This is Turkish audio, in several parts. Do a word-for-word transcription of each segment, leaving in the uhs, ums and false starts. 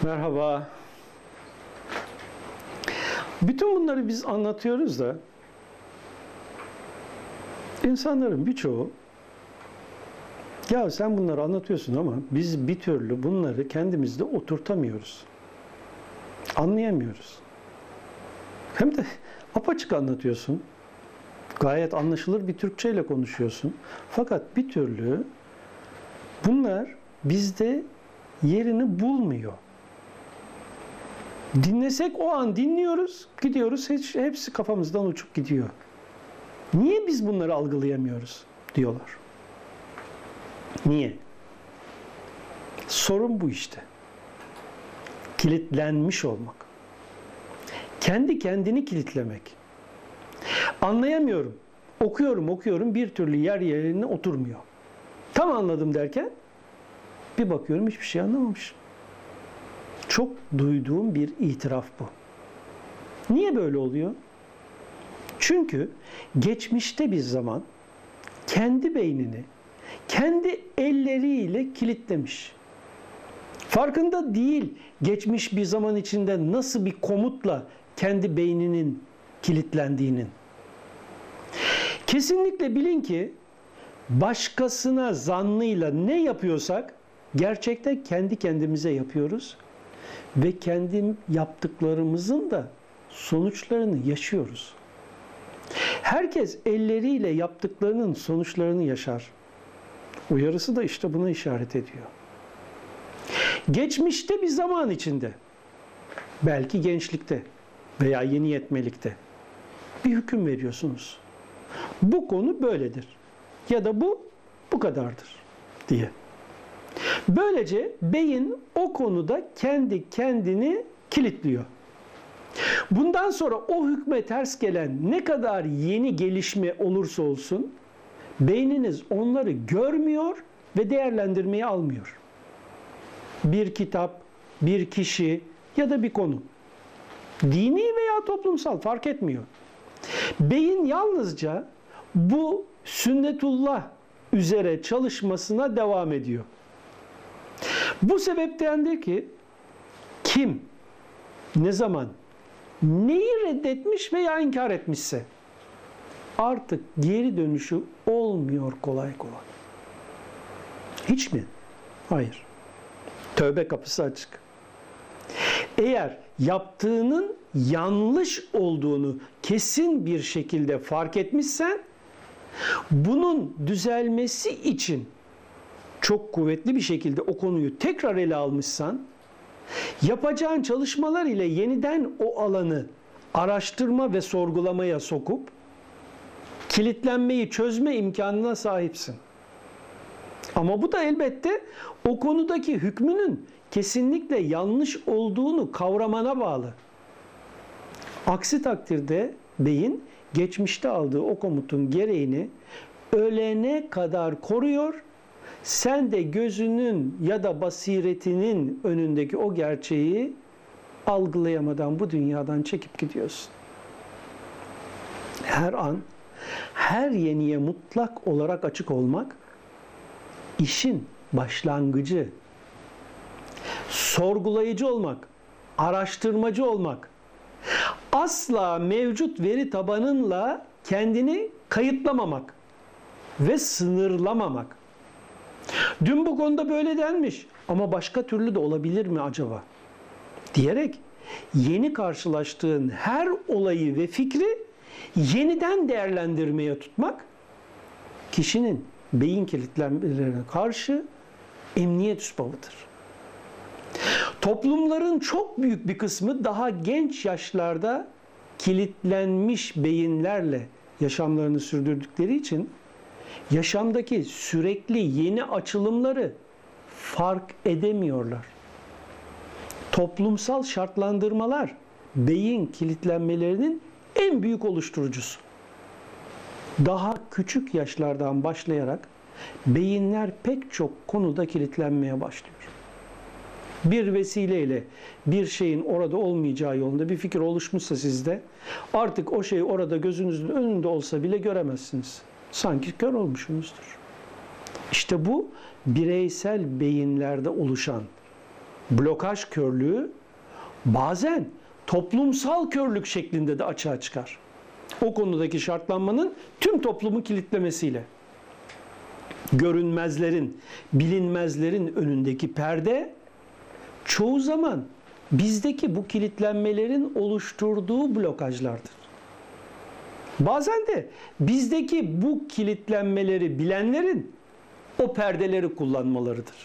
Merhaba. Bütün bunları biz anlatıyoruz da insanların birçoğu ya sen bunları anlatıyorsun ama biz bir türlü bunları kendimizde oturtamıyoruz. Anlayamıyoruz. Hem de apaçık anlatıyorsun. Gayet anlaşılır bir Türkçeyle konuşuyorsun. Fakat bir türlü bunlar bizde yerini bulmuyor. Dinlesek o an dinliyoruz, gidiyoruz, hiç, hepsi kafamızdan uçup gidiyor. Niye biz bunları algılayamıyoruz diyorlar. Niye? Sorun bu işte. Kilitlenmiş olmak. Kendi kendini kilitlemek. Anlayamıyorum. Okuyorum, okuyorum, bir türlü yer yerine oturmuyor. Tam anladım derken bir bakıyorum hiçbir şey anlamamışım. Çok duyduğum bir itiraf bu. Niye böyle oluyor? Çünkü geçmişte bir zaman kendi beynini kendi elleriyle kilitlemiş. Farkında değil geçmiş bir zaman içinde nasıl bir komutla kendi beyninin kilitlendiğinin. Kesinlikle bilin ki başkasına zannıyla ne yapıyorsak gerçekten kendi kendimize yapıyoruz ve kendi yaptıklarımızın da sonuçlarını yaşıyoruz. Herkes elleriyle yaptıklarının sonuçlarını yaşar. Uyarısı da işte buna işaret ediyor. Geçmişte bir zaman içinde, belki gençlikte veya yeni yetmelikte bir hüküm veriyorsunuz. Bu konu böyledir ya da bu bu kadardır diye. Böylece beyin o konuda kendi kendini kilitliyor. Bundan sonra o hükme ters gelen ne kadar yeni gelişme olursa olsun beyniniz onları görmüyor ve değerlendirmeye almıyor. Bir kitap, bir kişi ya da bir konu. Dini veya toplumsal fark etmiyor. Beyin yalnızca bu sünnetullah üzere çalışmasına devam ediyor. Bu sebeptendir ki kim, ne zaman, neyi reddetmiş veya inkar etmişse artık geri dönüşü olmuyor kolay kolay. Hiç mi? Hayır. Tövbe kapısı açık. Eğer yaptığının yanlış olduğunu kesin bir şekilde fark etmişsen bunun düzelmesi için çok kuvvetli bir şekilde o konuyu tekrar ele almışsan yapacağın çalışmalar ile yeniden o alanı araştırma ve sorgulamaya sokup kilitlenmeyi çözme imkanına sahipsin. Ama bu da elbette o konudaki hükmünün kesinlikle yanlış olduğunu kavramana bağlı. Aksi takdirde beyin geçmişte aldığı o komutun gereğini ölene kadar koruyor. Sen de gözünün ya da basiretinin önündeki o gerçeği algılayamadan bu dünyadan çekip gidiyorsun. Her an, her yeniye mutlak olarak açık olmak, işin başlangıcı. Sorgulayıcı olmak, araştırmacı olmak, asla mevcut veri tabanınla kendini kayıtlamamak ve sınırlamamak. Dün bu konuda böyle denmiş ama başka türlü de olabilir mi acaba? Diyerek yeni karşılaştığın her olayı ve fikri yeniden değerlendirmeye tutmak kişinin beyin kilitlenmelerine karşı emniyet üsbabıdır. Toplumların çok büyük bir kısmı daha genç yaşlarda kilitlenmiş beyinlerle yaşamlarını sürdürdükleri için yaşamdaki sürekli yeni açılımları fark edemiyorlar. Toplumsal şartlandırmalar beyin kilitlenmelerinin en büyük oluşturucusu. Daha küçük yaşlardan başlayarak beyinler pek çok konuda kilitlenmeye başlıyor. Bir vesileyle bir şeyin orada olmayacağı yolunda bir fikir oluşmuşsa sizde artık o şey orada gözünüzün önünde olsa bile göremezsiniz. Sanki kör olmuşsunuzdur. İşte bu bireysel beyinlerde oluşan blokaj körlüğü bazen toplumsal körlük şeklinde de açığa çıkar. O konudaki şartlanmanın tüm toplumu kilitlemesiyle. Görünmezlerin, bilinmezlerin önündeki perde çoğu zaman bizdeki bu kilitlenmelerin oluşturduğu blokajlardır. Bazen de bizdeki bu kilitlenmeleri bilenlerin o perdeleri kullanmalarıdır.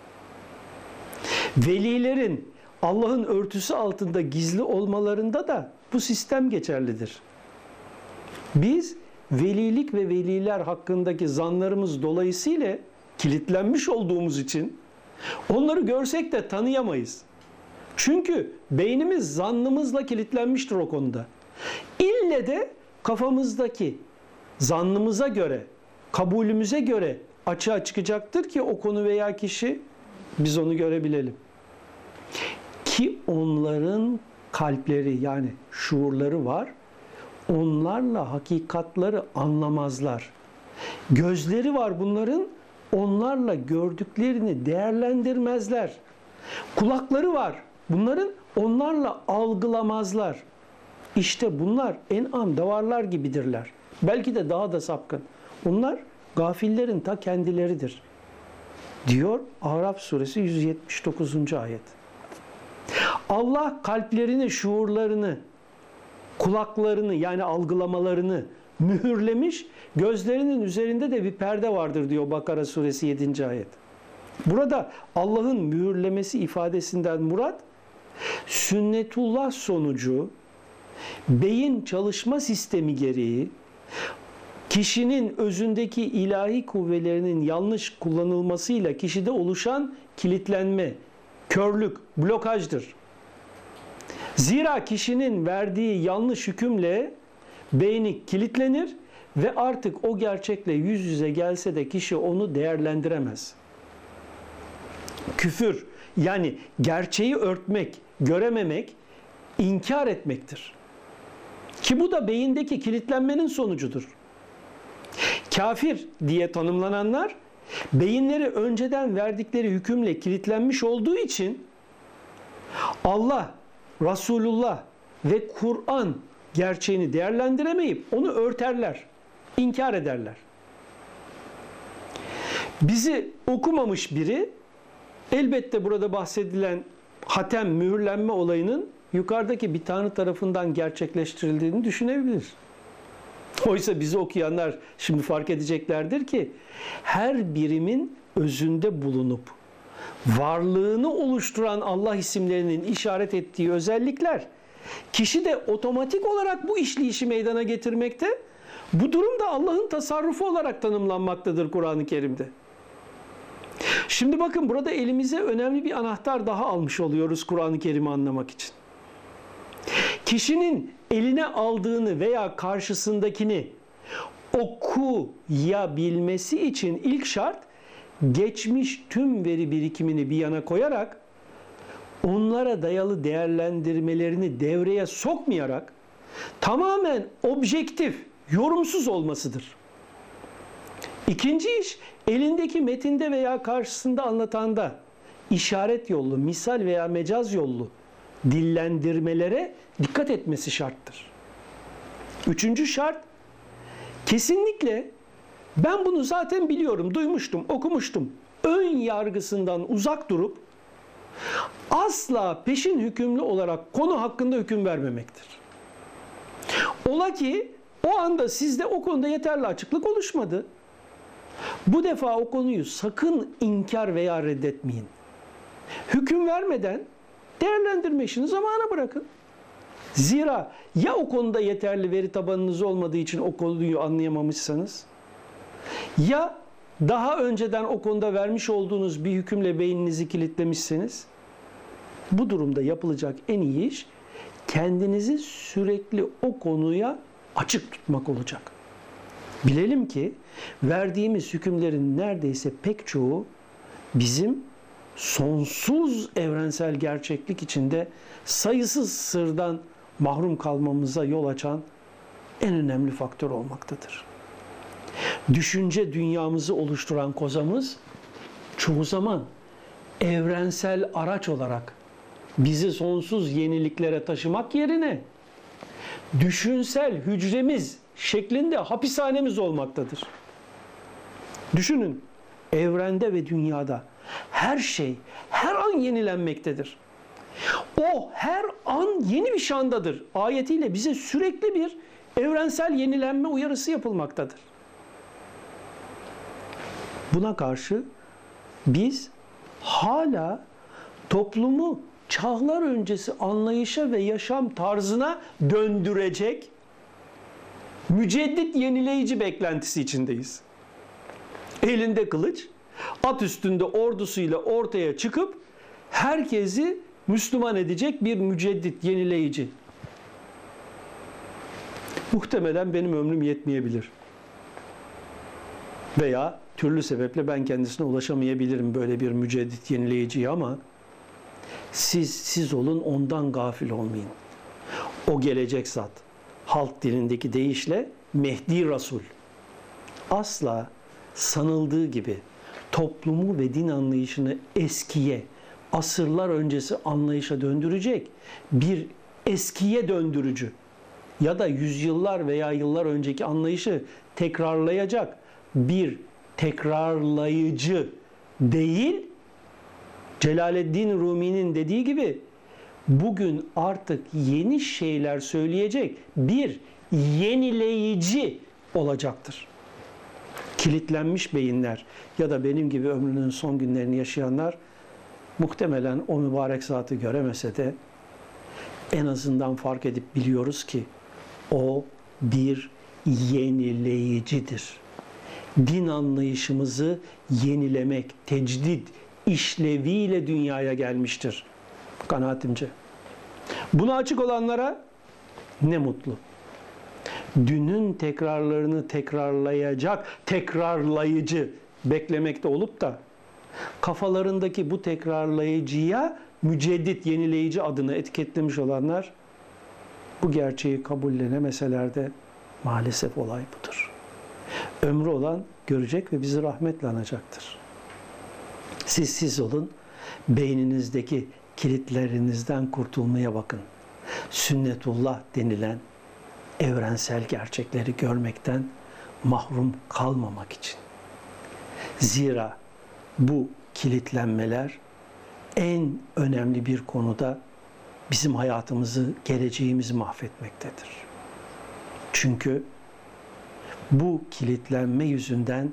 Velilerin Allah'ın örtüsü altında gizli olmalarında da bu sistem geçerlidir. Biz velilik ve veliler hakkındaki zanlarımız dolayısıyla kilitlenmiş olduğumuz için onları görsek de tanıyamayız. Çünkü beynimiz zannımızla kilitlenmiştir o konuda. İlle de kafamızdaki zannımıza göre, kabulümüze göre açığa çıkacaktır ki o konu veya kişi biz onu görebilelim. Ki onların kalpleri yani şuurları var. Onlarla hakikatları anlamazlar. Gözleri var bunların, onlarla gördüklerini değerlendirmezler. Kulakları var bunların, onlarla algılamazlar. İşte bunlar en'am davarlar gibidirler. Belki de daha da sapkın. Onlar gafillerin ta kendileridir. Diyor Araf suresi yüz yetmiş dokuzuncu ayet. Allah kalplerini, şuurlarını, kulaklarını yani algılamalarını mühürlemiş, gözlerinin üzerinde de bir perde vardır diyor Bakara suresi yedinci ayet. Burada Allah'ın mühürlemesi ifadesinden murat, sünnetullah sonucu, beyin çalışma sistemi gereği, kişinin özündeki ilahi kuvvelerinin yanlış kullanılmasıyla kişide oluşan kilitlenme, körlük, blokajdır. Zira kişinin verdiği yanlış hükümle beyni kilitlenir ve artık o gerçekle yüz yüze gelse de kişi onu değerlendiremez. Küfür yani gerçeği örtmek, görememek, inkar etmektir. Ki bu da beyindeki kilitlenmenin sonucudur. Kafir diye tanımlananlar beyinleri önceden verdikleri hükümle kilitlenmiş olduğu için Allah, Resulullah ve Kur'an gerçeğini değerlendiremeyip onu örterler, inkar ederler. Bizi okumamış biri elbette burada bahsedilen hatem, mühürlenme olayının yukarıdaki bir tanrı tarafından gerçekleştirildiğini düşünebilir. Oysa bizi okuyanlar şimdi fark edeceklerdir ki her birimin özünde bulunup varlığını oluşturan Allah isimlerinin işaret ettiği özellikler kişi de otomatik olarak bu işleyişi meydana getirmekte. Bu durum da Allah'ın tasarrufu olarak tanımlanmaktadır Kur'an-ı Kerim'de. Şimdi bakın burada elimize önemli bir anahtar daha almış oluyoruz Kur'an-ı Kerim'i anlamak için. Kişinin eline aldığını veya karşısındakini okuyabilmesi için ilk şart geçmiş tüm veri birikimini bir yana koyarak onlara dayalı değerlendirmelerini devreye sokmayarak tamamen objektif, yorumsuz olmasıdır. İkinci iş elindeki metinde veya karşısında anlatanda işaret yollu, misal veya mecaz yollu dillendirmelere dikkat etmesi şarttır. Üçüncü şart, kesinlikle ben bunu zaten biliyorum, duymuştum, okumuştum. Ön yargısından uzak durup asla peşin hükümlü olarak konu hakkında hüküm vermemektir. Ola ki o anda sizde o konuda yeterli açıklık oluşmadı. Bu defa o konuyu sakın inkar veya reddetmeyin. Hüküm vermeden değerlendirme işini zamana bırakın. Zira ya o konuda yeterli veri tabanınız olmadığı için o konuyu anlayamamışsanız, ya daha önceden o konuda vermiş olduğunuz bir hükümle beyninizi kilitlemişseniz, bu durumda yapılacak en iyi iş kendinizi sürekli o konuya açık tutmak olacak. Bilelim ki verdiğimiz hükümlerin neredeyse pek çoğu bizim sonsuz evrensel gerçeklik içinde sayısız sırdan mahrum kalmamıza yol açan en önemli faktör olmaktadır. Düşünce dünyamızı oluşturan kozamız çoğu zaman evrensel araç olarak bizi sonsuz yeniliklere taşımak yerine düşünsel hücremiz şeklinde hapishanemiz olmaktadır. Düşünün, evrende ve dünyada her şey her an yenilenmektedir. O her an yeni bir şandadır. Ayetiyle bize sürekli bir evrensel yenilenme uyarısı yapılmaktadır. Buna karşı biz hala toplumu çağlar öncesi anlayışa ve yaşam tarzına döndürecek müceddit yenileyici beklentisi içindeyiz. Elinde kılıç, at üstünde ordusuyla ortaya çıkıp herkesi Müslüman edecek bir müceddit yenileyici. Muhtemelen benim ömrüm yetmeyebilir. Veya türlü sebeple ben kendisine ulaşamayabilirim böyle bir müceddit yenileyiciye, ama siz siz olun, ondan gafil olmayın. O gelecek zat, halk dilindeki deyişle Mehdi Resul, asla sanıldığı gibi toplumu ve din anlayışını eskiye, asırlar öncesi anlayışa döndürecek bir eskiye döndürücü ya da yüzyıllar veya yıllar önceki anlayışı tekrarlayacak bir tekrarlayıcı değil, Celaleddin Rumi'nin dediği gibi bugün artık yeni şeyler söyleyecek bir yenileyici olacaktır. Kilitlenmiş beyinler ya da benim gibi ömrünün son günlerini yaşayanlar muhtemelen o mübarek zatı göremese de en azından fark edip biliyoruz ki o bir yenileyicidir. Din anlayışımızı yenilemek, tecdid işleviyle dünyaya gelmiştir kanaatimce. Buna açık olanlara ne mutlu. Dünün tekrarlarını tekrarlayacak, tekrarlayıcı beklemekte olup da kafalarındaki bu tekrarlayıcıya müceddit, yenileyici adını etiketlemiş olanlar bu gerçeği kabullenemeseler de maalesef olay budur. Ömrü olan görecek ve bizi rahmetle anacaktır. Siz siz olun, beyninizdeki kilitlerinizden kurtulmaya bakın. Sünnetullah denilen evrensel gerçekleri görmekten mahrum kalmamak için. Zira bu kilitlenmeler en önemli bir konuda bizim hayatımızı, geleceğimizi mahvetmektedir. Çünkü bu kilitlenme yüzünden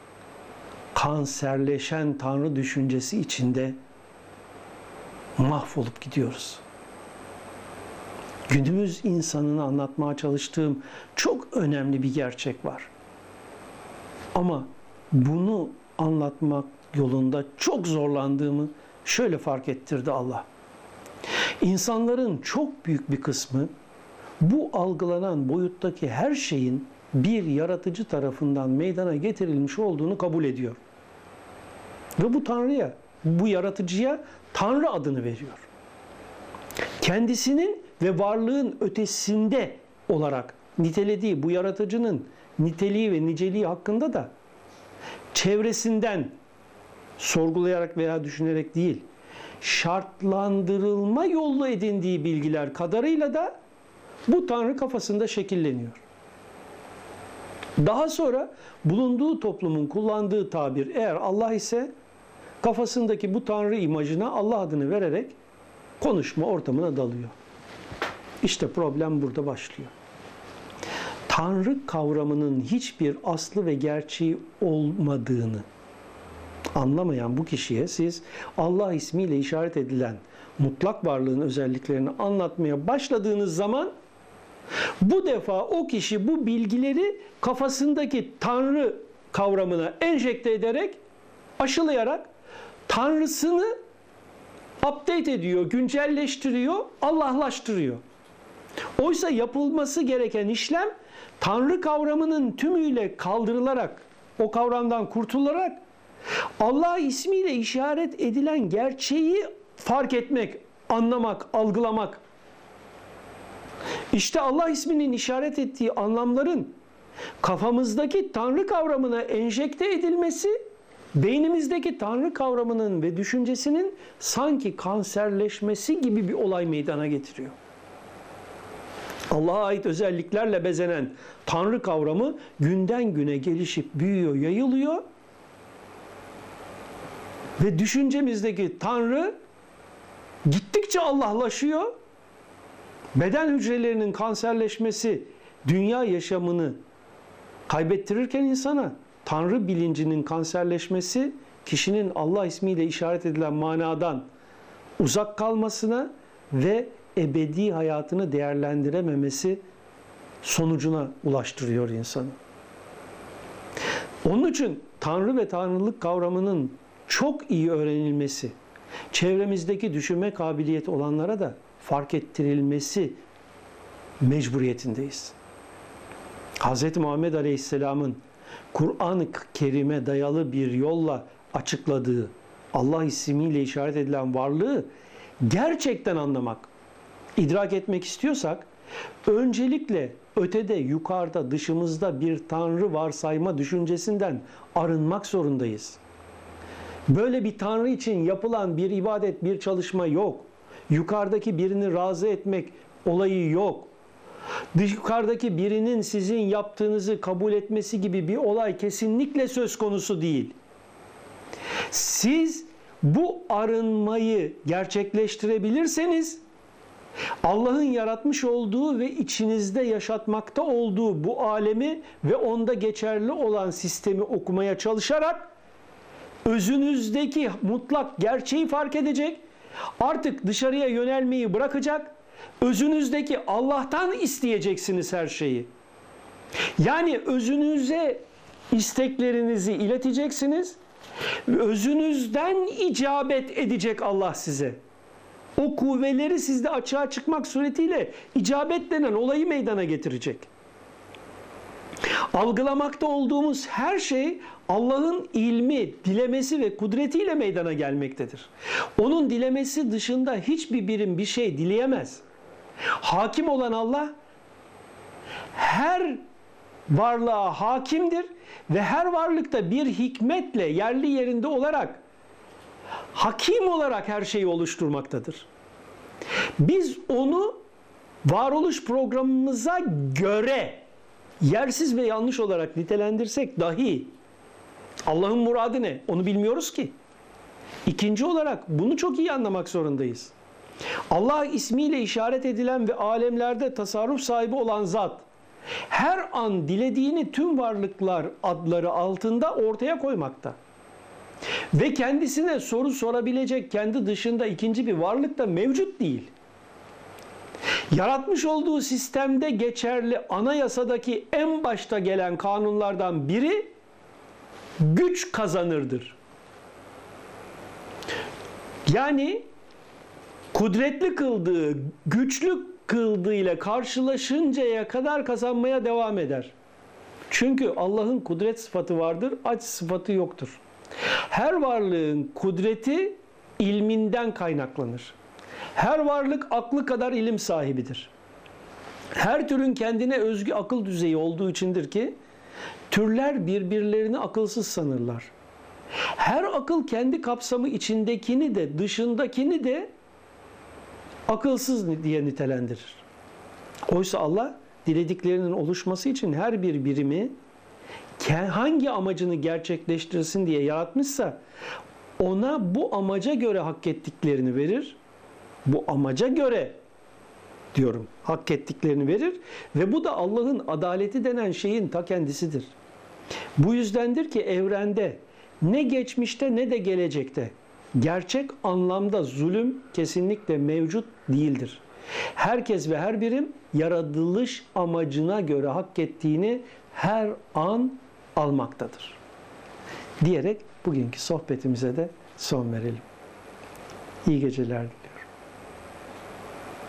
kanserleşen Tanrı düşüncesi içinde mahvolup gidiyoruz. Günümüz insanını anlatmaya çalıştığım çok önemli bir gerçek var. Ama bunu anlatmak yolunda çok zorlandığımı şöyle fark ettirdi Allah. İnsanların çok büyük bir kısmı bu algılanan boyuttaki her şeyin bir yaratıcı tarafından meydana getirilmiş olduğunu kabul ediyor. Ve bu Tanrı'ya, bu yaratıcıya Tanrı adını veriyor. Kendisinin ve varlığın ötesinde olarak nitelediği bu yaratıcının niteliği ve niceliği hakkında da çevresinden sorgulayarak veya düşünerek değil, şartlandırılma yolu edindiği bilgiler kadarıyla da bu Tanrı kafasında şekilleniyor. Daha sonra bulunduğu toplumun kullandığı tabir eğer Allah ise kafasındaki bu Tanrı imajına Allah adını vererek konuşma ortamına dalıyor. İşte problem burada başlıyor. Tanrı kavramının hiçbir aslı ve gerçeği olmadığını anlamayan bu kişiye siz Allah ismiyle işaret edilen mutlak varlığın özelliklerini anlatmaya başladığınız zaman bu defa o kişi bu bilgileri kafasındaki Tanrı kavramına enjekte ederek, aşılayarak Tanrısını update ediyor, güncelleştiriyor, Allahlaştırıyor. Oysa yapılması gereken işlem Tanrı kavramının tümüyle kaldırılarak, o kavramdan kurtularak Allah ismiyle işaret edilen gerçeği fark etmek, anlamak, algılamak. İşte Allah isminin işaret ettiği anlamların kafamızdaki Tanrı kavramına enjekte edilmesi beynimizdeki Tanrı kavramının ve düşüncesinin sanki kanserleşmesi gibi bir olay meydana getiriyor. Allah'a ait özelliklerle bezenen Tanrı kavramı günden güne gelişip büyüyor, yayılıyor ve düşüncemizdeki Tanrı gittikçe Allah'laşıyor. Beden hücrelerinin kanserleşmesi dünya yaşamını kaybettirirken insana, Tanrı bilincinin kanserleşmesi kişinin Allah ismiyle işaret edilen manadan uzak kalmasına ve ebedi hayatını değerlendirememesi sonucuna ulaştırıyor insanı. Onun için Tanrı ve Tanrılık kavramının çok iyi öğrenilmesi, çevremizdeki düşünme kabiliyeti olanlara da fark ettirilmesi mecburiyetindeyiz. Hz. Muhammed Aleyhisselam'ın Kur'an-ı Kerim'e dayalı bir yolla açıkladığı Allah ismiyle işaret edilen varlığı gerçekten anlamak, idrak etmek istiyorsak öncelikle ötede, yukarıda, dışımızda bir Tanrı varsayma düşüncesinden arınmak zorundayız. Böyle bir Tanrı için yapılan bir ibadet, bir çalışma yok. Yukarıdaki birini razı etmek olayı yok. Yukarıdaki birinin sizin yaptığınızı kabul etmesi gibi bir olay kesinlikle söz konusu değil. Siz bu arınmayı gerçekleştirebilirseniz Allah'ın yaratmış olduğu ve içinizde yaşatmakta olduğu bu alemi ve onda geçerli olan sistemi okumaya çalışarak özünüzdeki mutlak gerçeği fark edecek, artık dışarıya yönelmeyi bırakacak, özünüzdeki Allah'tan isteyeceksiniz her şeyi. Yani özünüze isteklerinizi ileteceksiniz, özünüzden icabet edecek Allah size. O kuvveleri sizde açığa çıkmak suretiyle icabet denen olayı meydana getirecek. Algılamakta olduğumuz her şey Allah'ın ilmi, dilemesi ve kudretiyle meydana gelmektedir. Onun dilemesi dışında hiçbir birim bir şey dileyemez. Hakim olan Allah her varlığa hakimdir ve her varlıkta bir hikmetle yerli yerinde olarak hakim olarak her şeyi oluşturmaktadır. Biz onu varoluş programımıza göre yersiz ve yanlış olarak nitelendirsek dahi Allah'ın muradı ne? Onu bilmiyoruz ki. İkinci olarak bunu çok iyi anlamak zorundayız. Allah ismiyle işaret edilen ve alemlerde tasarruf sahibi olan zat her an dilediğini tüm varlıklar adları altında ortaya koymakta. Ve kendisine soru sorabilecek kendi dışında ikinci bir varlık da mevcut değil. Yaratmış olduğu sistemde geçerli anayasadaki en başta gelen kanunlardan biri güç kazanırdır. Yani kudretli kıldığı, güçlü kıldığı ile karşılaşıncaya kadar kazanmaya devam eder. Çünkü Allah'ın kudret sıfatı vardır, aciz sıfatı yoktur. Her varlığın kudreti ilminden kaynaklanır. Her varlık aklı kadar ilim sahibidir. Her türün kendine özgü akıl düzeyi olduğu içindir ki türler birbirlerini akılsız sanırlar. Her akıl kendi kapsamı içindekini de dışındakini de akılsız diye nitelendirir. Oysa Allah dilediklerinin oluşması için her bir birimi hangi amacını gerçekleştirsin diye yaratmışsa ona bu amaca göre hak ettiklerini verir. Bu amaca göre diyorum hak ettiklerini verir ve bu da Allah'ın adaleti denen şeyin ta kendisidir. Bu yüzdendir ki evrende ne geçmişte ne de gelecekte gerçek anlamda zulüm kesinlikle mevcut değildir. Herkes ve her birim yaratılış amacına göre hak ettiğini her an almaktadır. Diyerek bugünkü sohbetimize de son verelim. İyi geceler.